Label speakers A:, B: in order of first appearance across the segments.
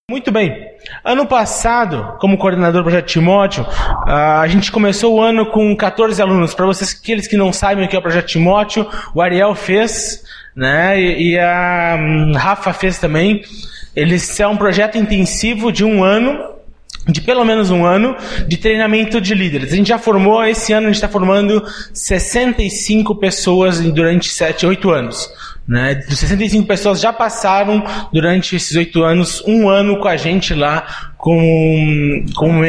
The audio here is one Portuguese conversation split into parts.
A: Muito bem. Ano passado, como coordenador do Projeto Timóteo, a gente começou o ano com 14 alunos. Para vocês, aqueles que não sabem o que é o Projeto Timóteo, o Ariel fez, né? E a Rafa fez também. Eles é um projeto intensivo de um ano, de pelo menos um ano, de treinamento de líderes. A gente já formou, esse ano a gente está formando 65 pessoas durante 7, 8 anos. Né? 65 pessoas já passaram durante esses 8 anos, um ano com a gente lá como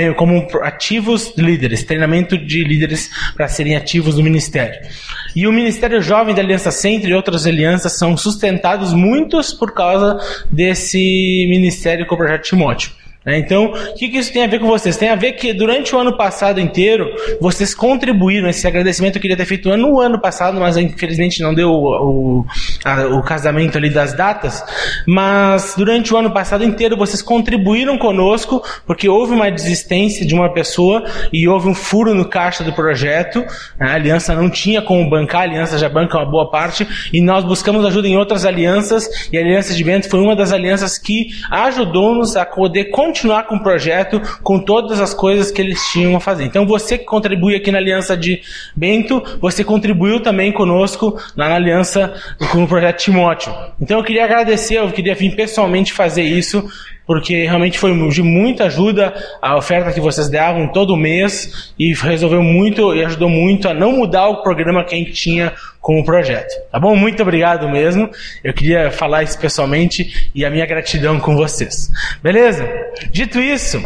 A: ativos líderes, treinamento de líderes para serem ativos no ministério. E o Ministério Jovem da Aliança Centro e outras alianças são sustentados muitos por causa desse ministério com o Projeto Timóteo. Então, o que isso tem a ver com vocês? Tem a ver que durante o ano passado inteiro, vocês contribuíram. Esse agradecimento eu queria ter feito no ano passado, mas infelizmente não deu o casamento ali das datas. Mas durante o ano passado inteiro, vocês contribuíram conosco, porque houve uma desistência de uma pessoa e houve um furo no caixa do projeto. A aliança não tinha como bancar, a aliança já banca uma boa parte, e nós buscamos ajuda em outras alianças, e a Aliança de Bento foi uma das alianças que ajudou-nos a poder continuar com o projeto, com todas as coisas que eles tinham a fazer. Então você que contribui aqui na Aliança de Bento, você contribuiu também conosco lá na Aliança com o Projeto Timóteo. Então eu queria agradecer, eu queria vir pessoalmente fazer isso, porque realmente foi de muita ajuda a oferta que vocês davam todo mês e resolveu muito e ajudou muito a não mudar o programa que a gente tinha com o projeto. Tá bom? Muito obrigado mesmo. Eu queria falar isso pessoalmente e a minha gratidão com vocês. Beleza? Dito isso,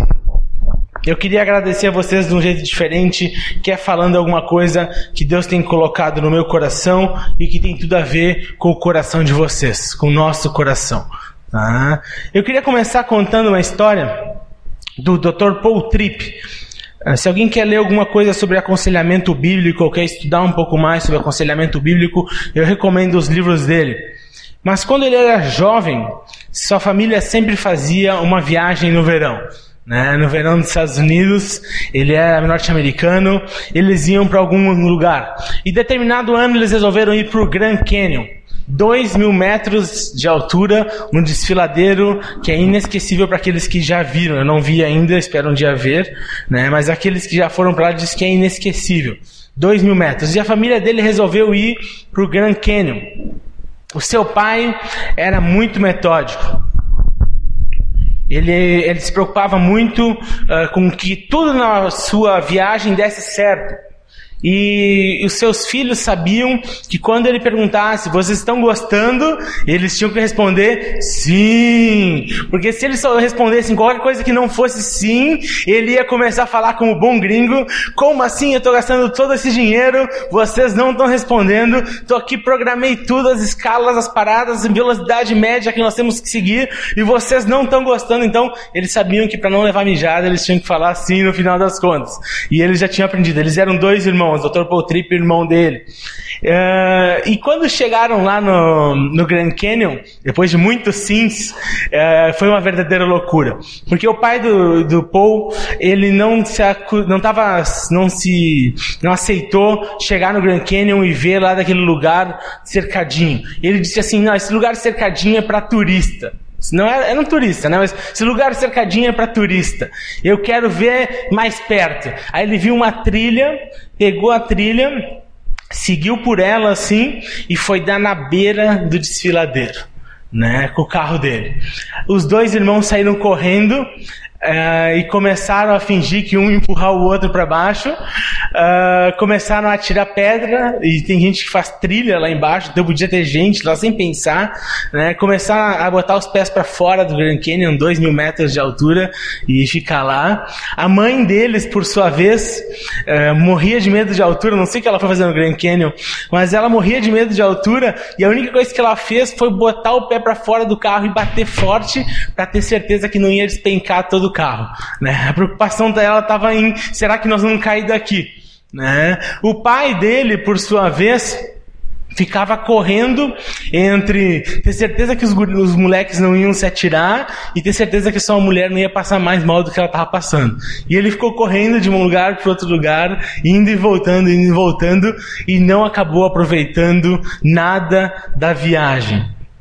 A: eu queria agradecer a vocês de um jeito diferente, que é falando alguma coisa que Deus tem colocado no meu coração e que tem tudo a ver com o coração de vocês, com o nosso coração. Tá? Eu queria começar contando uma história do Dr. Paul Tripp. Se alguém quer ler alguma coisa sobre aconselhamento bíblico ou quer estudar um pouco mais sobre aconselhamento bíblico, eu recomendo os livros dele. Mas quando ele era jovem, sua família sempre fazia uma viagem no verão. Né? No verão dos Estados Unidos, ele era norte-americano, eles iam para algum lugar. E determinado ano eles resolveram ir para o Grand Canyon. 2.000 metros de altura, um desfiladeiro que é inesquecível para aqueles que já viram. Eu não vi ainda, espero um dia ver, né? Mas aqueles que já foram para lá dizem que é inesquecível. 2.000 metros. E a família dele resolveu ir para o Grand Canyon. O seu pai era muito metódico. Ele se preocupava muito com que tudo na sua viagem desse certo. E os seus filhos sabiam que quando ele perguntasse, vocês estão gostando? Eles tinham que responder sim. Porque se eles só respondessem qualquer coisa que não fosse sim, ele ia começar a falar como bom gringo. Como assim? Eu estou gastando todo esse dinheiro, vocês não estão respondendo. Estou aqui, programei tudo, as escalas, as paradas, a velocidade média que nós temos que seguir, e vocês não estão gostando. Então, eles sabiam que para não levar mijada, eles tinham que falar sim no final das contas. E eles já tinham aprendido. Eles eram 2 irmãos. Dr. Paul Tripp, irmão dele. E quando chegaram lá no Grand Canyon, depois de muitos sims, foi uma verdadeira loucura. Porque o pai do Paul, ele não aceitou chegar no Grand Canyon e ver lá daquele lugar cercadinho. Ele disse assim, não, esse lugar cercadinho é para turista. Não era um turista, né? Mas esse lugar cercadinho é para turista. Eu quero ver mais perto. Aí ele viu uma trilha, pegou a trilha, seguiu por ela assim e foi dar na beira do desfiladeiro, né? Com o carro dele. Os 2 irmãos saíram correndo e começaram a fingir que um ia empurrar o outro para baixo. Começaram a atirar pedra, e tem gente que faz trilha lá embaixo, então podia ter gente lá sem pensar, né? Começaram a botar os pés para fora do Grand Canyon, 2.000 metros de altura, e ficar lá. A mãe deles, por sua vez, morria de medo de altura. Não sei o que ela foi fazer no Grand Canyon, mas ela morria de medo de altura, e a única coisa que ela fez foi botar o pé para fora do carro e bater forte para ter certeza que não ia despencar todo o carro, né? A preocupação dela estava em, será que nós vamos cair daqui? Né? O pai dele, por sua vez, ficava correndo entre ter certeza que os moleques não iam se atirar e ter certeza que sua mulher não ia passar mais mal do que ela estava passando. E ele ficou correndo de um lugar para outro lugar, indo e voltando, e não acabou aproveitando nada da viagem.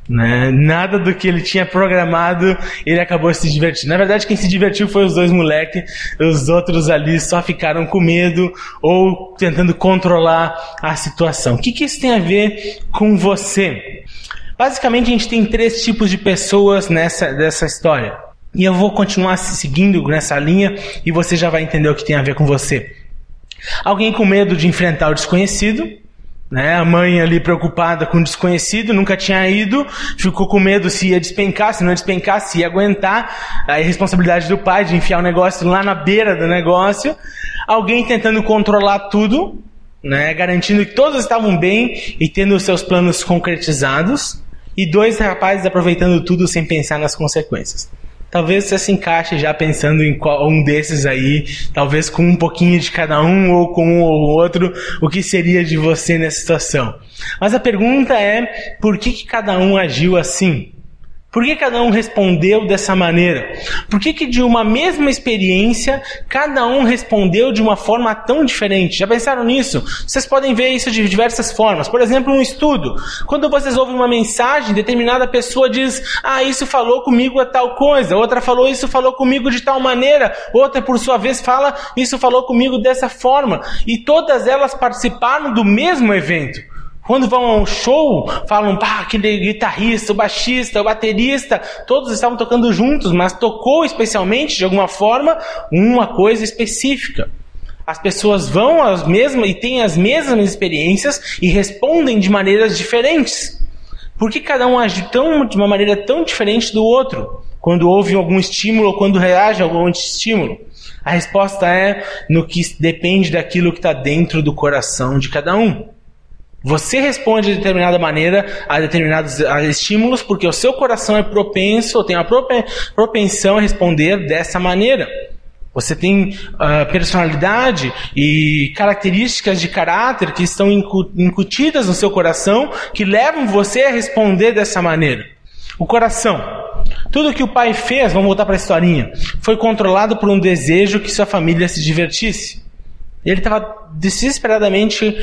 A: né? Nada do que ele tinha programado, ele acabou se divertindo. Na verdade, quem se divertiu foi os dois moleques, os outros ali só ficaram com medo ou tentando controlar a situação. O que isso tem a ver com você? Basicamente, a gente tem 3 tipos de pessoas dessa história. E eu vou continuar seguindo nessa linha e você já vai entender o que tem a ver com você. Alguém com medo de enfrentar o desconhecido, né? A mãe ali preocupada com o desconhecido, nunca tinha ido, ficou com medo se ia despencar, se não ia despencar, se ia aguentar. A responsabilidade do pai de enfiar o negócio lá na beira do negócio. Alguém tentando controlar tudo, né? Garantindo que todos estavam bem e tendo os seus planos concretizados. E 2 rapazes aproveitando tudo sem pensar nas consequências. Talvez você se encaixe já pensando em um desses aí, talvez com um pouquinho de cada um ou com um ou outro, o que seria de você nessa situação. Mas a pergunta é, por que cada um agiu assim? Por que cada um respondeu dessa maneira? Por que de uma mesma experiência, cada um respondeu de uma forma tão diferente? Já pensaram nisso? Vocês podem ver isso de diversas formas. Por exemplo, um estudo. Quando vocês ouvem uma mensagem, determinada pessoa diz, isso falou comigo a tal coisa. Outra falou, isso falou comigo de tal maneira. Outra, por sua vez, fala, isso falou comigo dessa forma. E todas elas participaram do mesmo evento. Quando vão a um show, falam, aquele guitarrista, o baixista, o baterista, todos estavam tocando juntos, mas tocou especialmente, de alguma forma, uma coisa específica. As pessoas vão às mesmas e têm as mesmas experiências e respondem de maneiras diferentes. Por que cada um age de uma maneira tão diferente do outro, quando houve algum estímulo ou quando reage a algum estímulo? A resposta é no que depende daquilo que está dentro do coração de cada um. Você responde de determinada maneira a determinados estímulos porque o seu coração é propenso, ou tem a propensão a responder dessa maneira. Você tem personalidade e características de caráter que estão incutidas no seu coração que levam você a responder dessa maneira. O coração. Tudo que o pai fez, vamos voltar para a historinha, foi controlado por um desejo que sua família se divertisse. Ele estava desesperadamente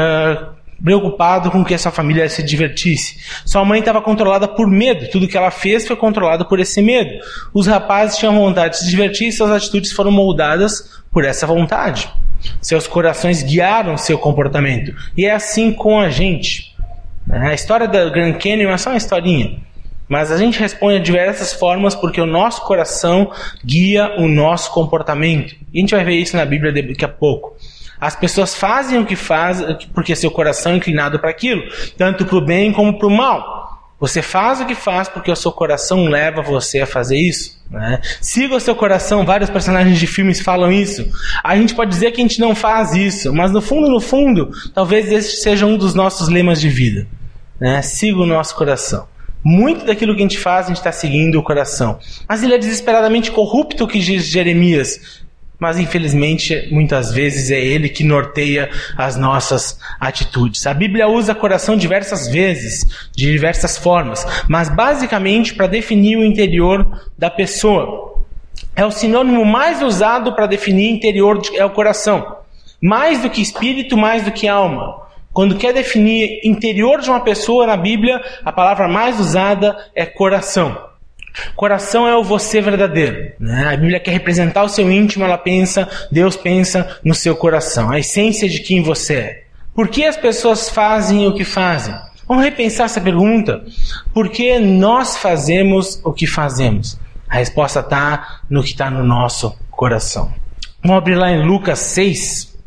A: preocupado com que a sua família se divertisse. Sua mãe estava controlada por medo. Tudo que ela fez foi controlado por esse medo. Os rapazes tinham vontade de se divertir e suas atitudes foram moldadas por essa vontade. Seus corações guiaram seu comportamento. E é assim com a gente. A história da Grand Canyon é só uma historinha. Mas a gente responde de diversas formas porque o nosso coração guia o nosso comportamento. E a gente vai ver isso na Bíblia daqui a pouco. As pessoas fazem o que fazem porque seu coração é inclinado para aquilo, tanto para o bem como para o mal. Você faz o que faz porque o seu coração leva você a fazer isso, né? Siga o seu coração, vários personagens de filmes falam isso. A gente pode dizer que a gente não faz isso, mas no fundo, talvez esse seja um dos nossos lemas de vida, né? Siga o nosso coração. Muito daquilo que a gente faz, a gente está seguindo o coração. Mas ele é desesperadamente corrupto, que diz Jeremias. Mas infelizmente, muitas vezes é ele que norteia as nossas atitudes. A Bíblia usa coração diversas vezes, de diversas formas, mas basicamente para definir o interior da pessoa. É o sinônimo mais usado para definir interior, é o coração. Mais do que espírito, mais do que alma. Quando quer definir interior de uma pessoa na Bíblia, a palavra mais usada é coração. Coração é o você verdadeiro, né? A Bíblia quer representar o seu íntimo, Deus pensa no seu coração, a essência de quem você é. Por que as pessoas fazem o que fazem? Vamos repensar essa pergunta. Por que nós fazemos o que fazemos? A resposta está no que está no nosso coração. Vamos abrir lá em Lucas 6,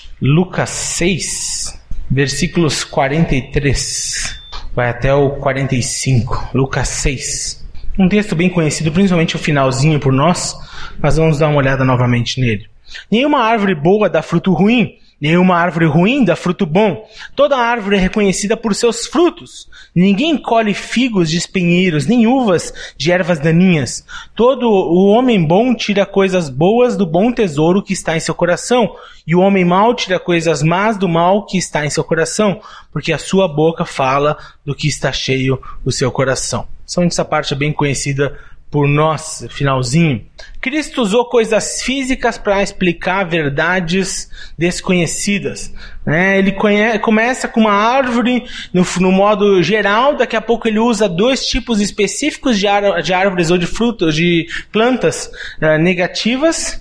A: versículos 43, vai até o 45, Lucas 6. Um texto bem conhecido, principalmente o finalzinho por nós, mas vamos dar uma olhada novamente nele. Nenhuma árvore boa dá fruto ruim, nenhuma árvore ruim dá fruto bom. Toda árvore é reconhecida por seus frutos. Ninguém colhe figos de espinheiros, nem uvas de ervas daninhas. Todo o homem bom tira coisas boas do bom tesouro que está em seu coração, e o homem mau tira coisas más do mal que está em seu coração, porque a sua boca fala do que está cheio o seu coração. Essa parte é bem conhecida por nós, finalzinho. Cristo usou coisas físicas para explicar verdades desconhecidas. Ele começa com uma árvore no modo geral, daqui a pouco ele usa 2 tipos específicos de árvores ou de frutos, de plantas negativas,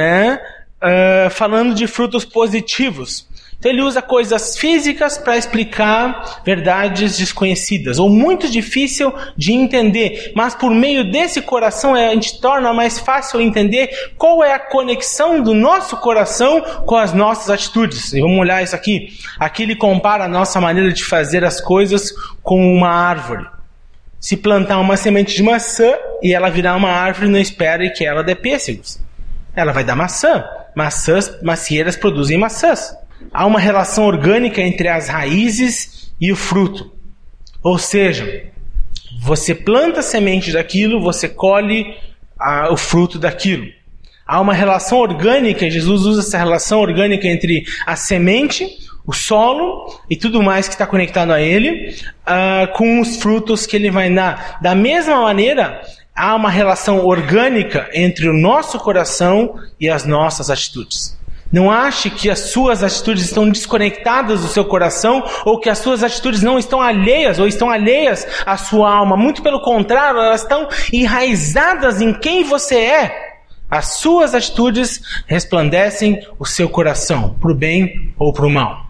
A: falando de frutos positivos. Então ele usa coisas físicas para explicar verdades desconhecidas, ou muito difícil de entender. Mas por meio desse coração a gente torna mais fácil entender qual é a conexão do nosso coração com as nossas atitudes. E vamos olhar isso aqui. Aqui ele compara a nossa maneira de fazer as coisas com uma árvore. Se plantar uma semente de maçã e ela virar uma árvore, não espere que ela dê pêssegos. Ela vai dar maçã. Macieiras produzem maçãs. Há uma relação orgânica entre as raízes e o fruto. Ou seja, você planta a semente daquilo, você colhe o fruto daquilo. Há uma relação orgânica, e Jesus usa essa relação orgânica entre a semente, o solo e tudo mais que está conectado a ele, com os frutos que ele vai dar. Da mesma maneira, há uma relação orgânica entre o nosso coração e as nossas atitudes. Não ache que as suas atitudes estão desconectadas do seu coração, ou que as suas atitudes não estão alheias, ou estão alheias à sua alma. Muito pelo contrário, elas estão enraizadas em quem você é. As suas atitudes resplandecem o seu coração, para o bem ou para o mal.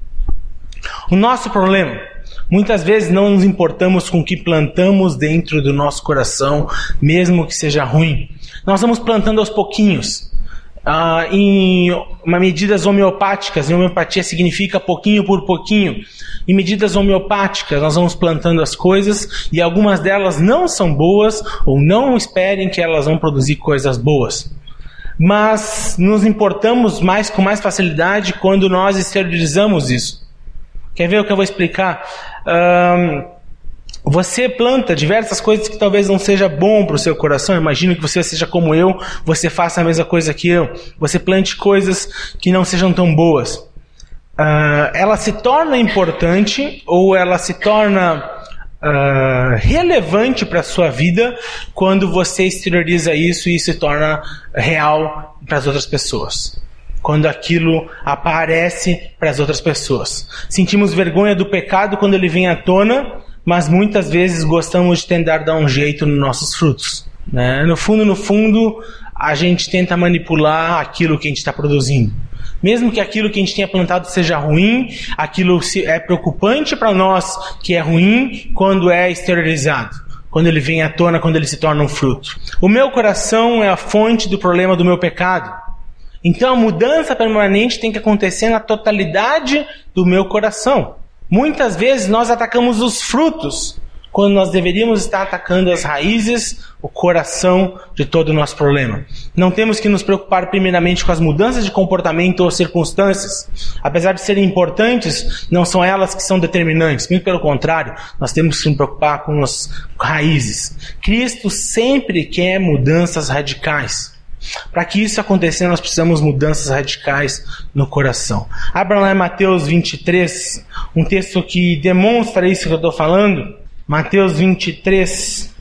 A: O nosso problema, muitas vezes não nos importamos com o que plantamos dentro do nosso coração, mesmo que seja ruim. Nós vamos plantando aos pouquinhos. Em medidas homeopáticas, e homeopatia significa pouquinho por pouquinho. Em medidas homeopáticas, nós vamos plantando as coisas, e algumas delas não são boas, ou não esperem que elas vão produzir coisas boas. Mas nos importamos com mais facilidade quando nós exteriorizamos isso. Quer ver o que eu vou explicar? Você planta diversas coisas que talvez não seja bom para o seu coração. Imagino que você seja como eu, você faça a mesma coisa que eu. Você plante coisas que não sejam tão boas. Ela se torna importante, ou ela se torna relevante para a sua vida quando você exterioriza isso e isso se torna real para as outras pessoas. Quando aquilo aparece para as outras pessoas. Sentimos vergonha do pecado quando ele vem à tona, mas muitas vezes gostamos de tentar dar um jeito nos nossos frutos. No fundo, a gente tenta manipular aquilo que a gente está produzindo. Mesmo que aquilo que a gente tenha plantado seja ruim, aquilo é preocupante para nós que é ruim quando é exteriorizado. Quando ele vem à tona, quando ele se torna um fruto. O meu coração é a fonte do problema do meu pecado. Então a mudança permanente tem que acontecer na totalidade do meu coração. Muitas vezes nós atacamos os frutos, quando nós deveríamos estar atacando as raízes, o coração de todo o nosso problema. Não temos que nos preocupar primeiramente com as mudanças de comportamento ou circunstâncias. Apesar de serem importantes, não são elas que são determinantes. Muito pelo contrário, nós temos que nos preocupar com as raízes. Cristo sempre quer mudanças radicais. Para que isso aconteça, nós precisamos mudanças radicais no coração. Abra lá em Mateus 23, um texto que demonstra isso que eu estou falando. Mateus 23,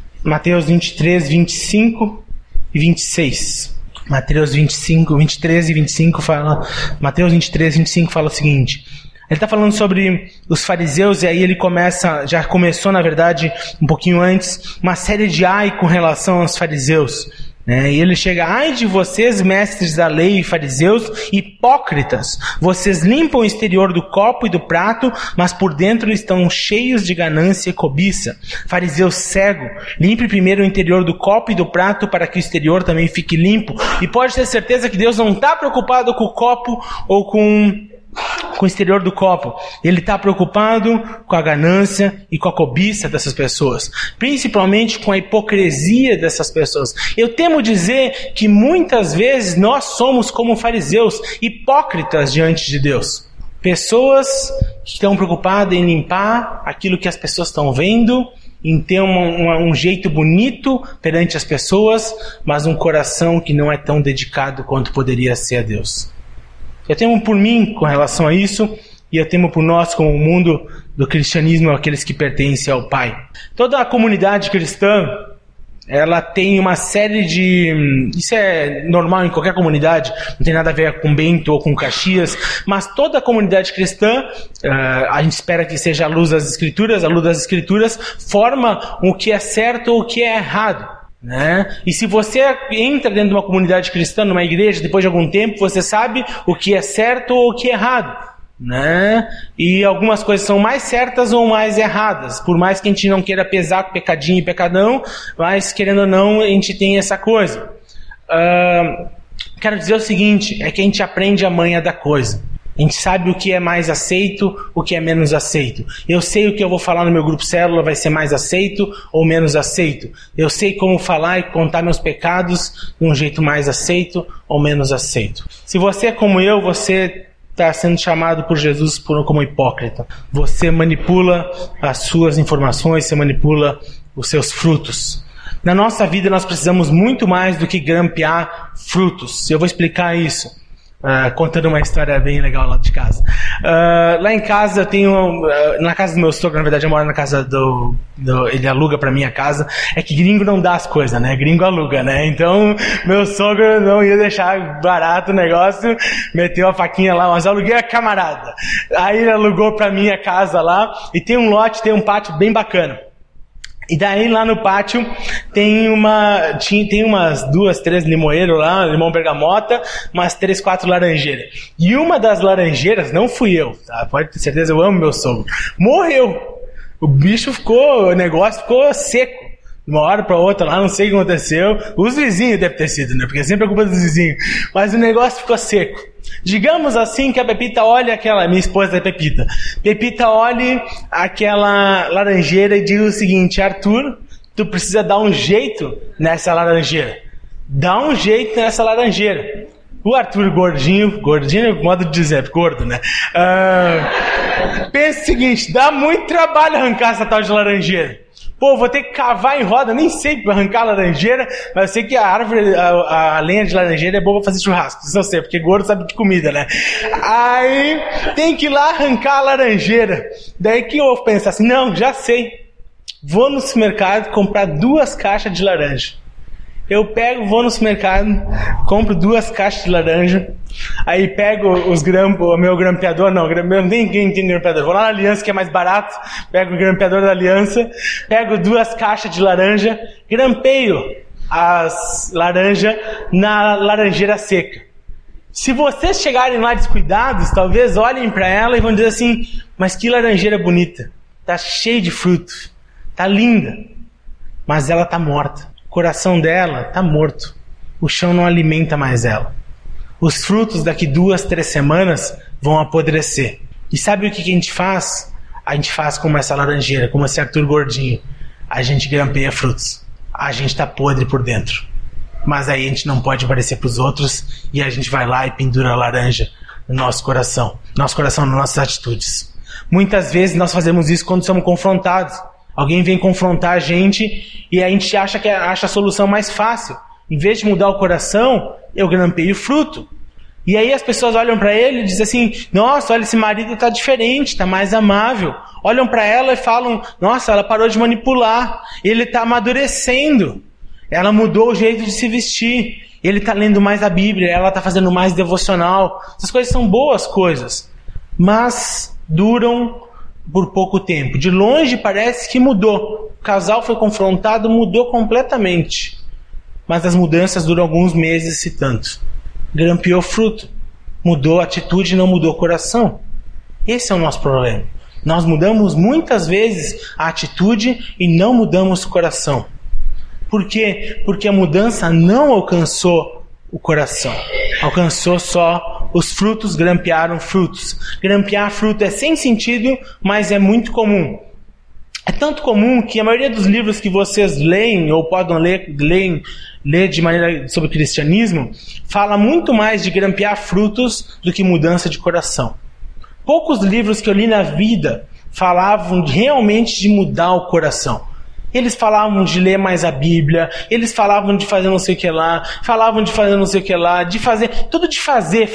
A: 25 e 26. Mateus 23 e 25 fala. Mateus 23 e 25 fala o seguinte. Ele está falando sobre os fariseus, e aí ele já começou na verdade um pouquinho antes, uma série de ai com relação aos fariseus. E ele chega: ai de vocês, mestres da lei e fariseus, hipócritas! Vocês limpam o exterior do copo e do prato, mas por dentro estão cheios de ganância e cobiça. Fariseu cego, limpe primeiro o interior do copo e do prato para que o exterior também fique limpo. E pode ter certeza que Deus não está preocupado com o copo ou com o exterior do copo. Ele está preocupado com a ganância e com a cobiça dessas pessoas, principalmente com a hipocrisia dessas pessoas. Eu temo dizer que muitas vezes nós somos como fariseus, hipócritas diante de Deus. Pessoas que estão preocupadas em limpar aquilo que as pessoas estão vendo, em ter um jeito bonito perante as pessoas, mas um coração que não é tão dedicado quanto poderia ser a Deus. Eu temo por mim com relação a isso, e eu temo por nós como o mundo do cristianismo, aqueles que pertencem ao Pai. Toda a comunidade cristã ela tem uma série de... Isso é normal em qualquer comunidade, não tem nada a ver com Bento ou com Caxias, mas toda a comunidade cristã, a gente espera que seja a luz das Escrituras forma o que é certo ou o que é errado, né? E se você entra dentro de uma comunidade cristã, numa igreja, depois de algum tempo, você sabe o que é certo ou o que é errado, né? E algumas coisas são mais certas ou mais erradas, por mais que a gente não queira pesar pecadinho e pecadão, mas querendo ou não, a gente tem essa coisa. Quero dizer o seguinte, é que a gente aprende a manha da coisa. A gente sabe o que é mais aceito, o que é menos aceito. Eu sei o que eu vou falar no meu grupo célula vai ser mais aceito ou menos aceito. Eu sei como falar e contar meus pecados de um jeito mais aceito ou menos aceito. Se você é como eu, você está sendo chamado por Jesus como hipócrita. Você manipula as suas informações, você manipula os seus frutos. Na nossa vida nós precisamos muito mais do que grampear frutos. Eu vou explicar isso. Contando uma história bem legal lá de casa. Lá em casa eu tenho, na casa do meu sogro, na verdade eu moro na casa ele aluga pra mim a casa. É que gringo não dá as coisas, né? Gringo aluga, né? Então meu sogro não ia deixar barato o negócio, meteu a faquinha lá, mas eu aluguei a camarada. Aí ele alugou pra mim a casa lá, e tem um lote, tem um pátio bem bacana. E daí lá no pátio tem umas 2, 3 limoeiros lá, limão bergamota, umas 3, 4 laranjeiras. E uma das laranjeiras, não fui eu, tá? Pode ter certeza, eu amo meu sogro. Morreu! O negócio ficou seco. De uma hora para outra lá, não sei o que aconteceu. Os vizinhos devem ter sido, né? Porque sempre é culpa dos vizinhos. Mas o negócio ficou seco. Digamos assim que a Pepita olha minha esposa é Pepita. Pepita olha aquela laranjeira e diz o seguinte: Arthur, tu precisa dar um jeito nessa laranjeira. Dá um jeito nessa laranjeira. O Arthur gordinho é modo de dizer, gordo, né? Pensa o seguinte, dá muito trabalho arrancar essa tal de laranjeira. Pô, vou ter que cavar em roda, nem sei arrancar a laranjeira, mas eu sei que a árvore, a lenha de laranjeira é boa pra fazer churrasco, isso eu sei, porque gordo sabe de comida, né? Aí, tem que ir lá arrancar a laranjeira. Daí que eu vou pensar assim, não, já sei. Vou no supermercado comprar 2 caixas de laranja. Vou no supermercado, compro 2 caixas de laranja, aí pego o meu grampeador, ninguém tem grampeador, vou lá na Aliança que é mais barato, pego o grampeador da Aliança, pego 2 caixas de laranja, grampeio as laranjas na laranjeira seca. Se vocês chegarem lá descuidados, talvez olhem para ela e vão dizer assim, mas que laranjeira bonita, tá cheia de fruto, tá linda, mas ela tá morta. O coração dela está morto. O chão não alimenta mais ela. Os frutos daqui 2, 3 semanas vão apodrecer. E sabe o que a gente faz? A gente faz como essa laranjeira, como esse Arthur gordinho. A gente grampeia frutos. A gente está podre por dentro. Mas aí a gente não pode parecer para os outros e a gente vai lá e pendura a laranja no nosso coração. Nosso coração, nas nossas atitudes. Muitas vezes nós fazemos isso quando somos confrontados. Alguém vem confrontar a gente e a gente acha a solução mais fácil. Em vez de mudar o coração, eu grampeio fruto. E aí as pessoas olham para ele e dizem assim, nossa, olha, esse marido está diferente, está mais amável. Olham para ela e falam, nossa, ela parou de manipular, ele está amadurecendo. Ela mudou o jeito de se vestir, ele está lendo mais a Bíblia, ela está fazendo mais devocional. Essas coisas são boas coisas, mas duram por pouco tempo. De longe parece que mudou. O casal foi confrontado, mudou completamente. Mas as mudanças duram alguns meses, se tanto. Grampeou fruto. Mudou a atitude e não mudou o coração. Esse é o nosso problema. Nós mudamos muitas vezes a atitude e não mudamos o coração. Por quê? Porque a mudança não alcançou o coração. Alcançou só os frutos, grampearam frutos. Grampear fruto é sem sentido, mas é muito comum. É tanto comum que a maioria dos livros que vocês leem ou podem ler de maneira sobre cristianismo fala muito mais de grampear frutos do que mudança de coração. Poucos livros que eu li na vida falavam realmente de mudar o coração. Eles falavam de ler mais a Bíblia, eles falavam de fazer não sei o que lá, falavam de fazer não sei o que lá, de fazer, tudo de fazer,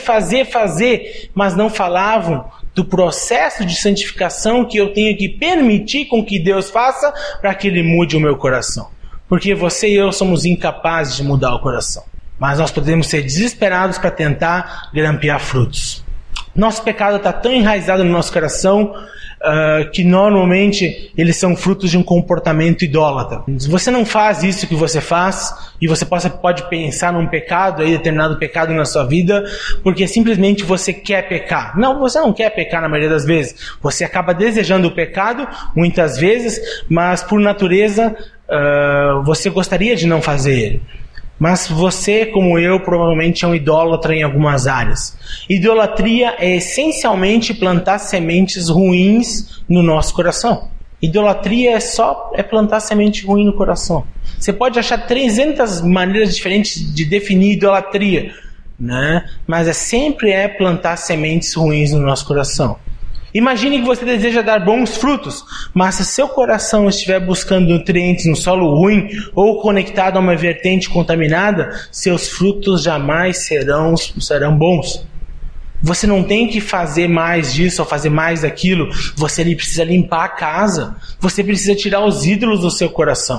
A: mas não falavam do processo de santificação que eu tenho que permitir com que Deus faça para que Ele mude o meu coração. Porque você e eu somos incapazes de mudar o coração. Mas nós podemos ser desesperados para tentar grampear frutos. Nosso pecado está tão enraizado no nosso coração que normalmente eles são frutos de um comportamento idólatra. Se você não faz isso que você faz, e você pode pensar num pecado, aí, determinado pecado na sua vida, porque simplesmente você quer pecar. Não, você não quer pecar na maioria das vezes. Você acaba desejando o pecado, muitas vezes, mas por natureza você gostaria de não fazer ele. Mas você, como eu, provavelmente é um idólatra em algumas áreas. Idolatria é essencialmente plantar sementes ruins no nosso coração. Idolatria é plantar semente ruim no coração. Você pode achar 300 maneiras diferentes de definir idolatria, né? Mas sempre é plantar sementes ruins no nosso coração. Imagine que você deseja dar bons frutos, mas se seu coração estiver buscando nutrientes no solo ruim ou conectado a uma vertente contaminada, seus frutos jamais serão bons. Você não tem que fazer mais disso ou fazer mais daquilo. Você precisa limpar a casa. Você precisa tirar os ídolos do seu coração.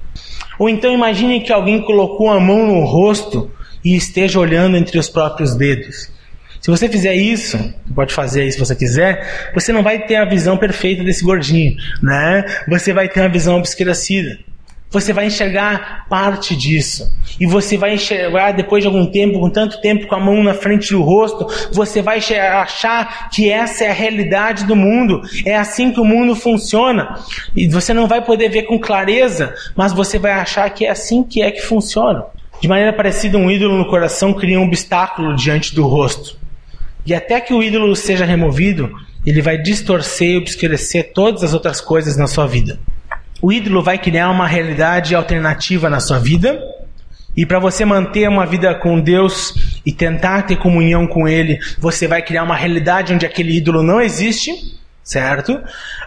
A: Ou então imagine que alguém colocou a mão no rosto e esteja olhando entre os próprios dedos. Se você fizer isso, você pode fazer isso se você quiser, você não vai ter a visão perfeita desse gordinho, né? Você vai ter uma visão obscurecida. Você vai enxergar parte disso. E você vai enxergar depois de algum tempo, com tanto tempo com a mão na frente do rosto, você vai achar que essa é a realidade do mundo. É assim que o mundo funciona. E você não vai poder ver com clareza, mas você vai achar que é assim que funciona. De maneira parecida, um ídolo no coração cria um obstáculo diante do rosto. E até que o ídolo seja removido, ele vai distorcer e obscurecer todas as outras coisas na sua vida. O ídolo vai criar uma realidade alternativa na sua vida. E para você manter uma vida com Deus e tentar ter comunhão com Ele, você vai criar uma realidade onde aquele ídolo não existe, certo?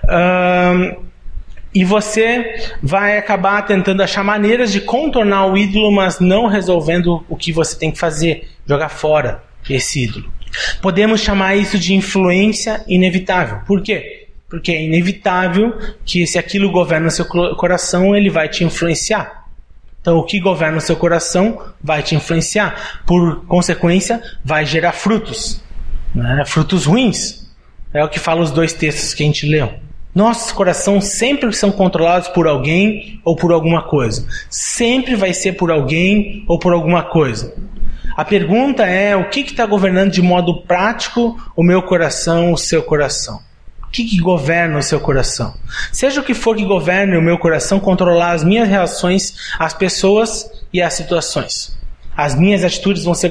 A: E você vai acabar tentando achar maneiras de contornar o ídolo, mas não resolvendo o que você tem que fazer, jogar fora esse ídolo. Podemos chamar isso de influência inevitável. Por quê? Porque é inevitável que se aquilo governa o seu coração, ele vai te influenciar. Então o que governa o seu coração vai te influenciar. Por consequência, vai gerar frutos, né? Frutos ruins. É o que fala os 2 textos que a gente leu. Nossos corações sempre são controlados por alguém ou por alguma coisa. Sempre vai ser por alguém ou por alguma coisa. A pergunta é, o que está governando de modo prático o meu coração, o seu coração? O que governa o seu coração? Seja o que for que governe o meu coração, controlar as minhas reações às pessoas e às situações. As minhas atitudes vão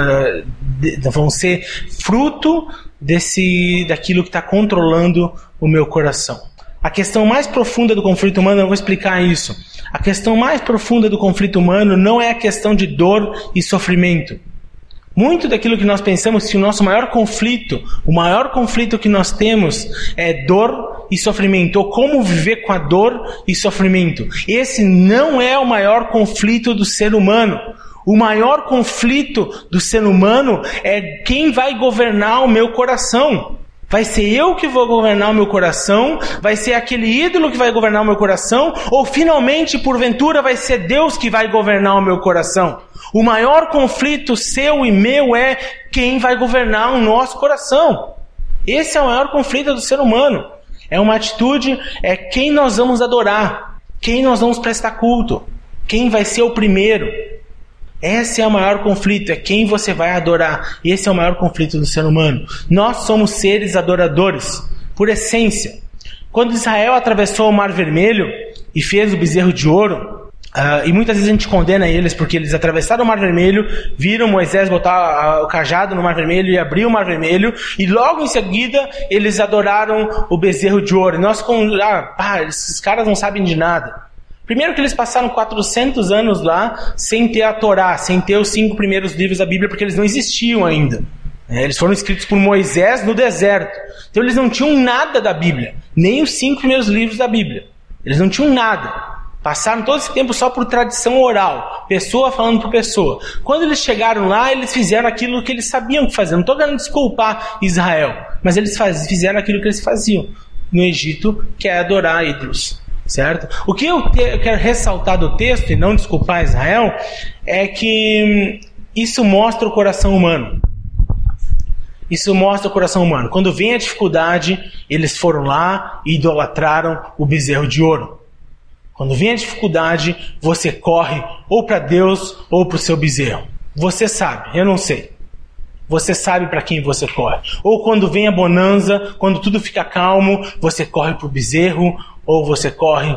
A: ser fruto daquilo que está controlando o meu coração. A questão mais profunda do conflito humano, eu vou explicar isso. A questão mais profunda do conflito humano não é a questão de dor e sofrimento. Muito daquilo que nós pensamos que o nosso maior conflito, o maior conflito que nós temos é dor e sofrimento, ou como viver com a dor e sofrimento. Esse não é o maior conflito do ser humano. O maior conflito do ser humano é quem vai governar o meu coração. Vai ser eu que vou governar o meu coração? Vai ser aquele ídolo que vai governar o meu coração? Ou finalmente, porventura, vai ser Deus que vai governar o meu coração? O maior conflito seu e meu é quem vai governar o nosso coração. Esse é o maior conflito do ser humano. É uma atitude, é quem nós vamos adorar, quem nós vamos prestar culto, quem vai ser o primeiro. Esse é o maior conflito, é quem você vai adorar. Esse é o maior conflito do ser humano. Nós somos seres adoradores, por essência. Quando Israel atravessou o Mar Vermelho e fez o bezerro de ouro, e muitas vezes a gente condena eles porque eles atravessaram o Mar Vermelho, viram Moisés botar o cajado no Mar Vermelho e abrir o Mar Vermelho, e logo em seguida eles adoraram o bezerro de ouro. E nós, esses caras não sabem de nada. Primeiro que eles passaram 400 anos lá sem ter a Torá, sem ter os 5 primeiros livros da Bíblia, porque eles não existiam ainda. Eles foram escritos por Moisés no deserto. Então eles não tinham nada da Bíblia, nem os 5 primeiros livros da Bíblia. Eles não tinham nada. Passaram todo esse tempo só por tradição oral, pessoa falando por pessoa. Quando eles chegaram lá, eles fizeram aquilo que eles sabiam que fazer. Não estou querendo desculpar Israel, mas eles fizeram aquilo que eles faziam no Egito, que é adorar ídolos. certo? O que eu quero ressaltar do texto, e não desculpar Israel, é que isso mostra o coração humano. Isso mostra o coração humano. Quando vem a dificuldade, eles foram lá e idolatraram o bezerro de ouro. Quando vem a dificuldade, você corre ou para Deus ou para o seu bezerro. Você sabe, eu não sei. Você sabe para quem você corre. Ou quando vem a bonança, quando tudo fica calmo, você corre para o bezerro ou você corre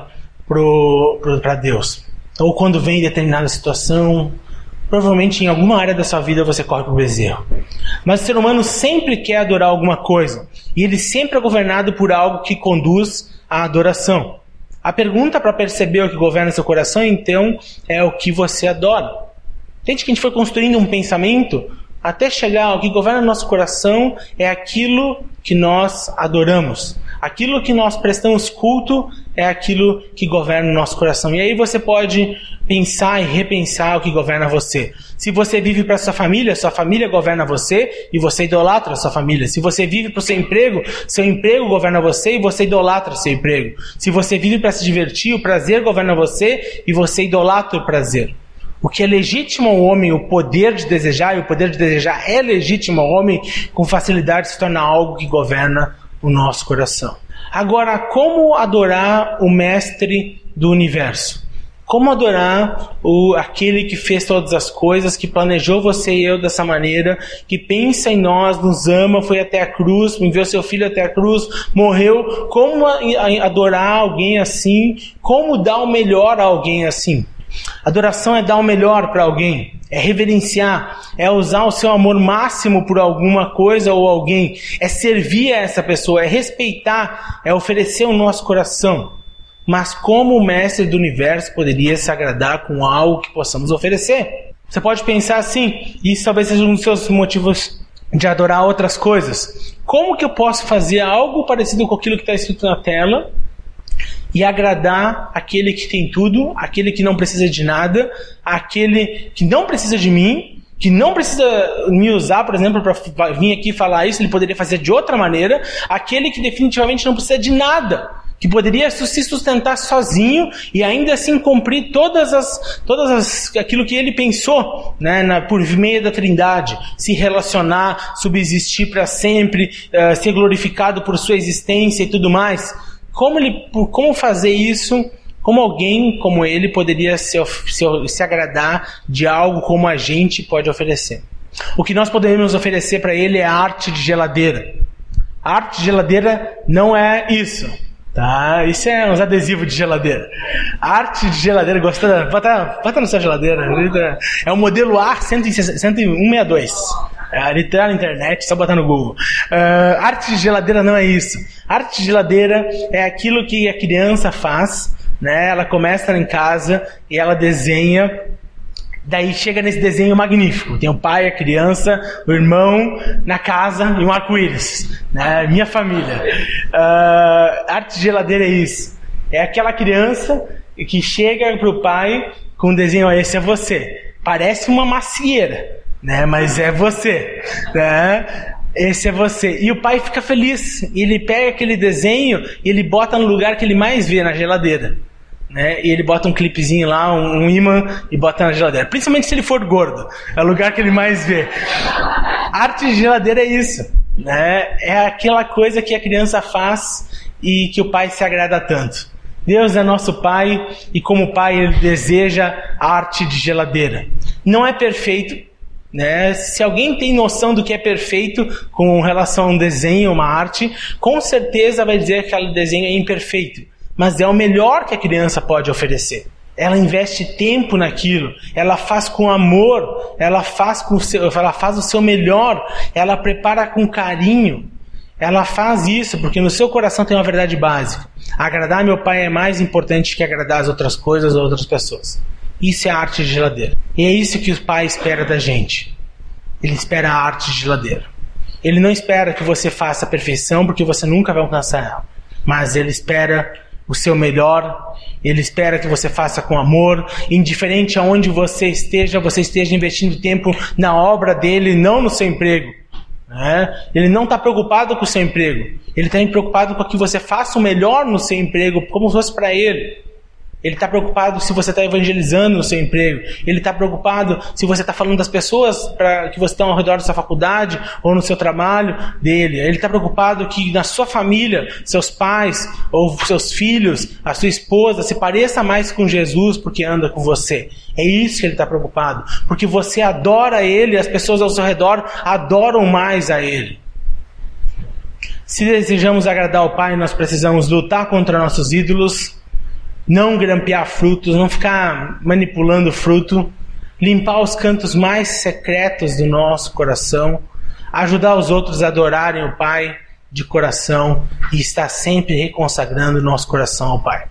A: para Deus. Ou quando vem determinada situação, provavelmente em alguma área da sua vida você corre para o bezerro. Mas o ser humano sempre quer adorar alguma coisa. E ele sempre é governado por algo que conduz à adoração. A pergunta para perceber o que governa seu coração, então, é o que você adora. Entende que a gente foi construindo um pensamento até chegar ao que governa nosso coração é aquilo que nós adoramos. Aquilo que nós prestamos culto é aquilo que governa o nosso coração. E aí você pode pensar e repensar o que governa você. Se você vive para sua família governa você e você idolatra a sua família. Se você vive para o seu emprego governa você e você idolatra o seu emprego. Se você vive para se divertir, o prazer governa você e você idolatra o prazer. O que é legítimo ao homem, o poder de desejar, e o poder de desejar é legítimo ao homem, com facilidade se torna algo que governa o nosso coração. Agora, como adorar o mestre do universo? Como adorar aquele que fez todas as coisas, que planejou você e eu dessa maneira, que pensa em nós, nos ama, foi até a cruz, enviou seu filho até a cruz, morreu? Como adorar alguém assim? Como dar o melhor a alguém assim? Adoração é dar o melhor para alguém, é reverenciar, é usar o seu amor máximo por alguma coisa ou alguém, é servir a essa pessoa, é respeitar, é oferecer o nosso coração. Mas como o mestre do universo poderia se agradar com algo que possamos oferecer? Você pode pensar assim, e isso talvez seja um dos seus motivos de adorar outras coisas. Como que eu posso fazer algo parecido com aquilo que está escrito na tela e agradar aquele que tem tudo, aquele que não precisa de nada, aquele que não precisa de mim, que não precisa me usar, por exemplo, para vir aqui falar isso, ele poderia fazer de outra maneira, aquele que definitivamente não precisa de nada, que poderia se sustentar sozinho e ainda assim cumprir aquilo que ele pensou, né, por meio da Trindade, se relacionar, subsistir para sempre, ser glorificado por sua existência e tudo mais. Como fazer isso? Como alguém como ele poderia se agradar de algo como a gente pode oferecer? O que nós podemos oferecer para ele é a arte de geladeira. A arte de geladeira não é isso, tá? Isso é uns adesivos de geladeira. A arte de geladeira, gostou? Bota na sua geladeira. É o modelo A162. Ali tá na internet, só botar no Google. Arte de geladeira não é isso. Arte de geladeira é aquilo que a criança faz, né? Ela começa em casa e ela desenha, daí chega nesse desenho magnífico. Tem o pai, a criança, o irmão na casa e um arco-íris, né? Minha família. Arte de geladeira é isso. É aquela criança que chega pro pai com um desenho, esse é você. Parece uma macieira, né? Mas é você, né? Esse é você. E o pai fica feliz. Ele pega aquele desenho e ele bota no lugar que ele mais vê, na geladeira, né? E ele bota um clipezinho lá, um imã, e bota na geladeira. Principalmente se ele for gordo. É o lugar que ele mais vê. Arte de geladeira é isso, né? É aquela coisa que a criança faz e que o pai se agrada tanto. Deus é nosso pai e como pai ele deseja a arte de geladeira. Não é perfeito, né? Se alguém tem noção do que é perfeito com relação a um desenho, uma arte, com certeza vai dizer que aquele desenho é imperfeito, mas é o melhor que a criança pode oferecer. Ela investe tempo naquilo, ela faz com amor, ela faz o seu melhor, ela prepara com carinho. Ela faz isso porque no seu coração tem uma verdade básica: agradar meu pai é mais importante que agradar as outras coisas ou outras pessoas. Isso é a arte de geladeira. E é isso que o pai espera da gente. Ele espera a arte de geladeira. Ele não espera que você faça a perfeição, porque você nunca vai alcançar ela. Mas ele espera o seu melhor. Ele espera que você faça com amor. Indiferente aonde você esteja investindo tempo na obra dele, não no seu emprego. né? Ele não está preocupado com o seu emprego. Ele está preocupado com que você faça o melhor no seu emprego, como se fosse para ele. Ele está preocupado se você está evangelizando no seu emprego. Ele está preocupado se você está falando das pessoas que você está ao redor da sua faculdade ou no seu trabalho dele. Ele está preocupado que na sua família, seus pais ou seus filhos, a sua esposa se pareça mais com Jesus porque anda com você. É isso que ele está preocupado. Porque você adora ele e as pessoas ao seu redor adoram mais a ele. Se desejamos agradar ao Pai, nós precisamos lutar contra nossos ídolos, não grampear frutos, não ficar manipulando fruto, limpar os cantos mais secretos do nosso coração, ajudar os outros a adorarem o Pai de coração e estar sempre reconsagrando o nosso coração ao Pai.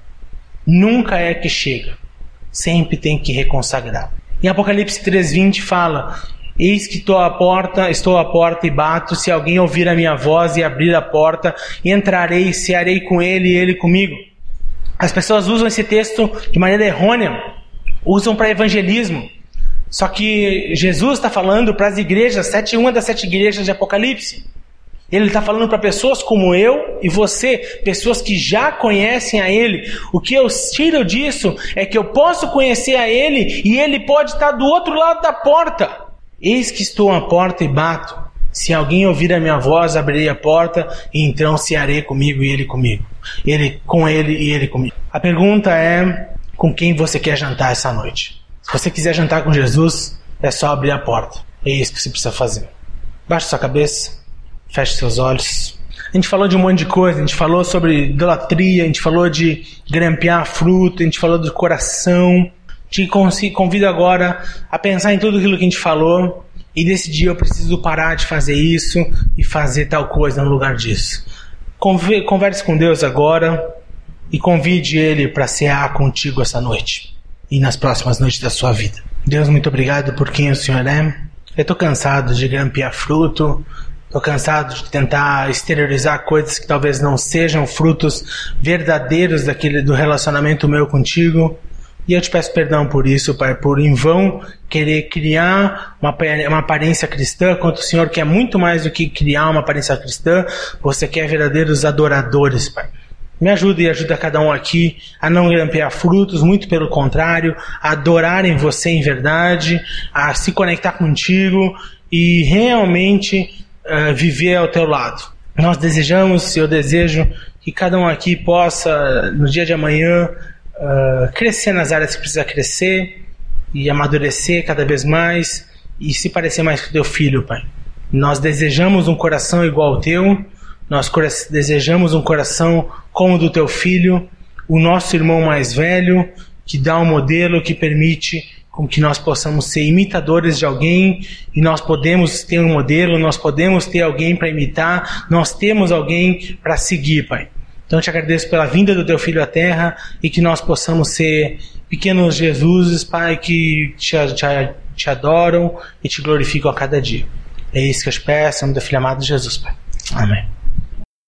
A: Nunca é que chega, sempre tem que reconsagrar. Em Apocalipse 3:20 fala: eis que estou à porta e bato, se alguém ouvir a minha voz e abrir a porta, entrarei, cearei com ele e ele comigo. As pessoas usam esse texto de maneira errônea, usam para evangelismo. Só que Jesus está falando para as igrejas, uma das 7 igrejas de Apocalipse. Ele está falando para pessoas como eu e você, pessoas que já conhecem a Ele. O que eu tiro disso é que eu posso conhecer a Ele e Ele pode estar do outro lado da porta. Eis que estou à porta e bato. Se alguém ouvir a minha voz, abrirei a porta e então cearei comigo e ele comigo. Ele com ele e ele comigo. A pergunta é: com quem você quer jantar essa noite? Se você quiser jantar com Jesus, é só abrir a porta. É isso que você precisa fazer. Baixe sua cabeça, feche seus olhos. A gente falou de um monte de coisa, a gente falou sobre idolatria, a gente falou de grampear fruto, a gente falou do coração. Te convido agora a pensar em tudo aquilo que a gente falou e decidir: eu preciso parar de fazer isso e fazer tal coisa no lugar disso. Converse com Deus agora e convide Ele para cear contigo essa noite e nas próximas noites da sua vida. Deus, muito obrigado por quem o Senhor é. Eu estou cansado de grampear fruto, estou cansado de tentar exteriorizar coisas que talvez não sejam frutos verdadeiros do relacionamento meu contigo. E eu te peço perdão por isso, Pai, por em vão querer criar uma aparência cristã, quando o Senhor quer muito mais do que criar uma aparência cristã. Você quer verdadeiros adoradores, Pai. Me ajuda e ajuda cada um aqui a não grampear frutos, muito pelo contrário, a adorarem você em verdade, a se conectar contigo e realmente viver ao teu lado. Nós desejamos, eu desejo que cada um aqui possa, no dia de amanhã, crescer nas áreas que precisa crescer e amadurecer cada vez mais e se parecer mais com o teu filho, Pai. Nós desejamos um coração igual ao teu, nós desejamos um coração como o do teu filho, o nosso irmão mais velho, que dá um modelo que permite com que nós possamos ser imitadores de alguém, e nós podemos ter um modelo, nós podemos ter alguém para imitar, nós temos alguém para seguir, Pai. Então eu te agradeço pela vinda do teu filho à terra e que nós possamos ser pequenos Jesuses, Pai, que te adoram e te glorificam a cada dia. É isso que eu te peço, em nome do Filho amado de Jesus, Pai. Amém.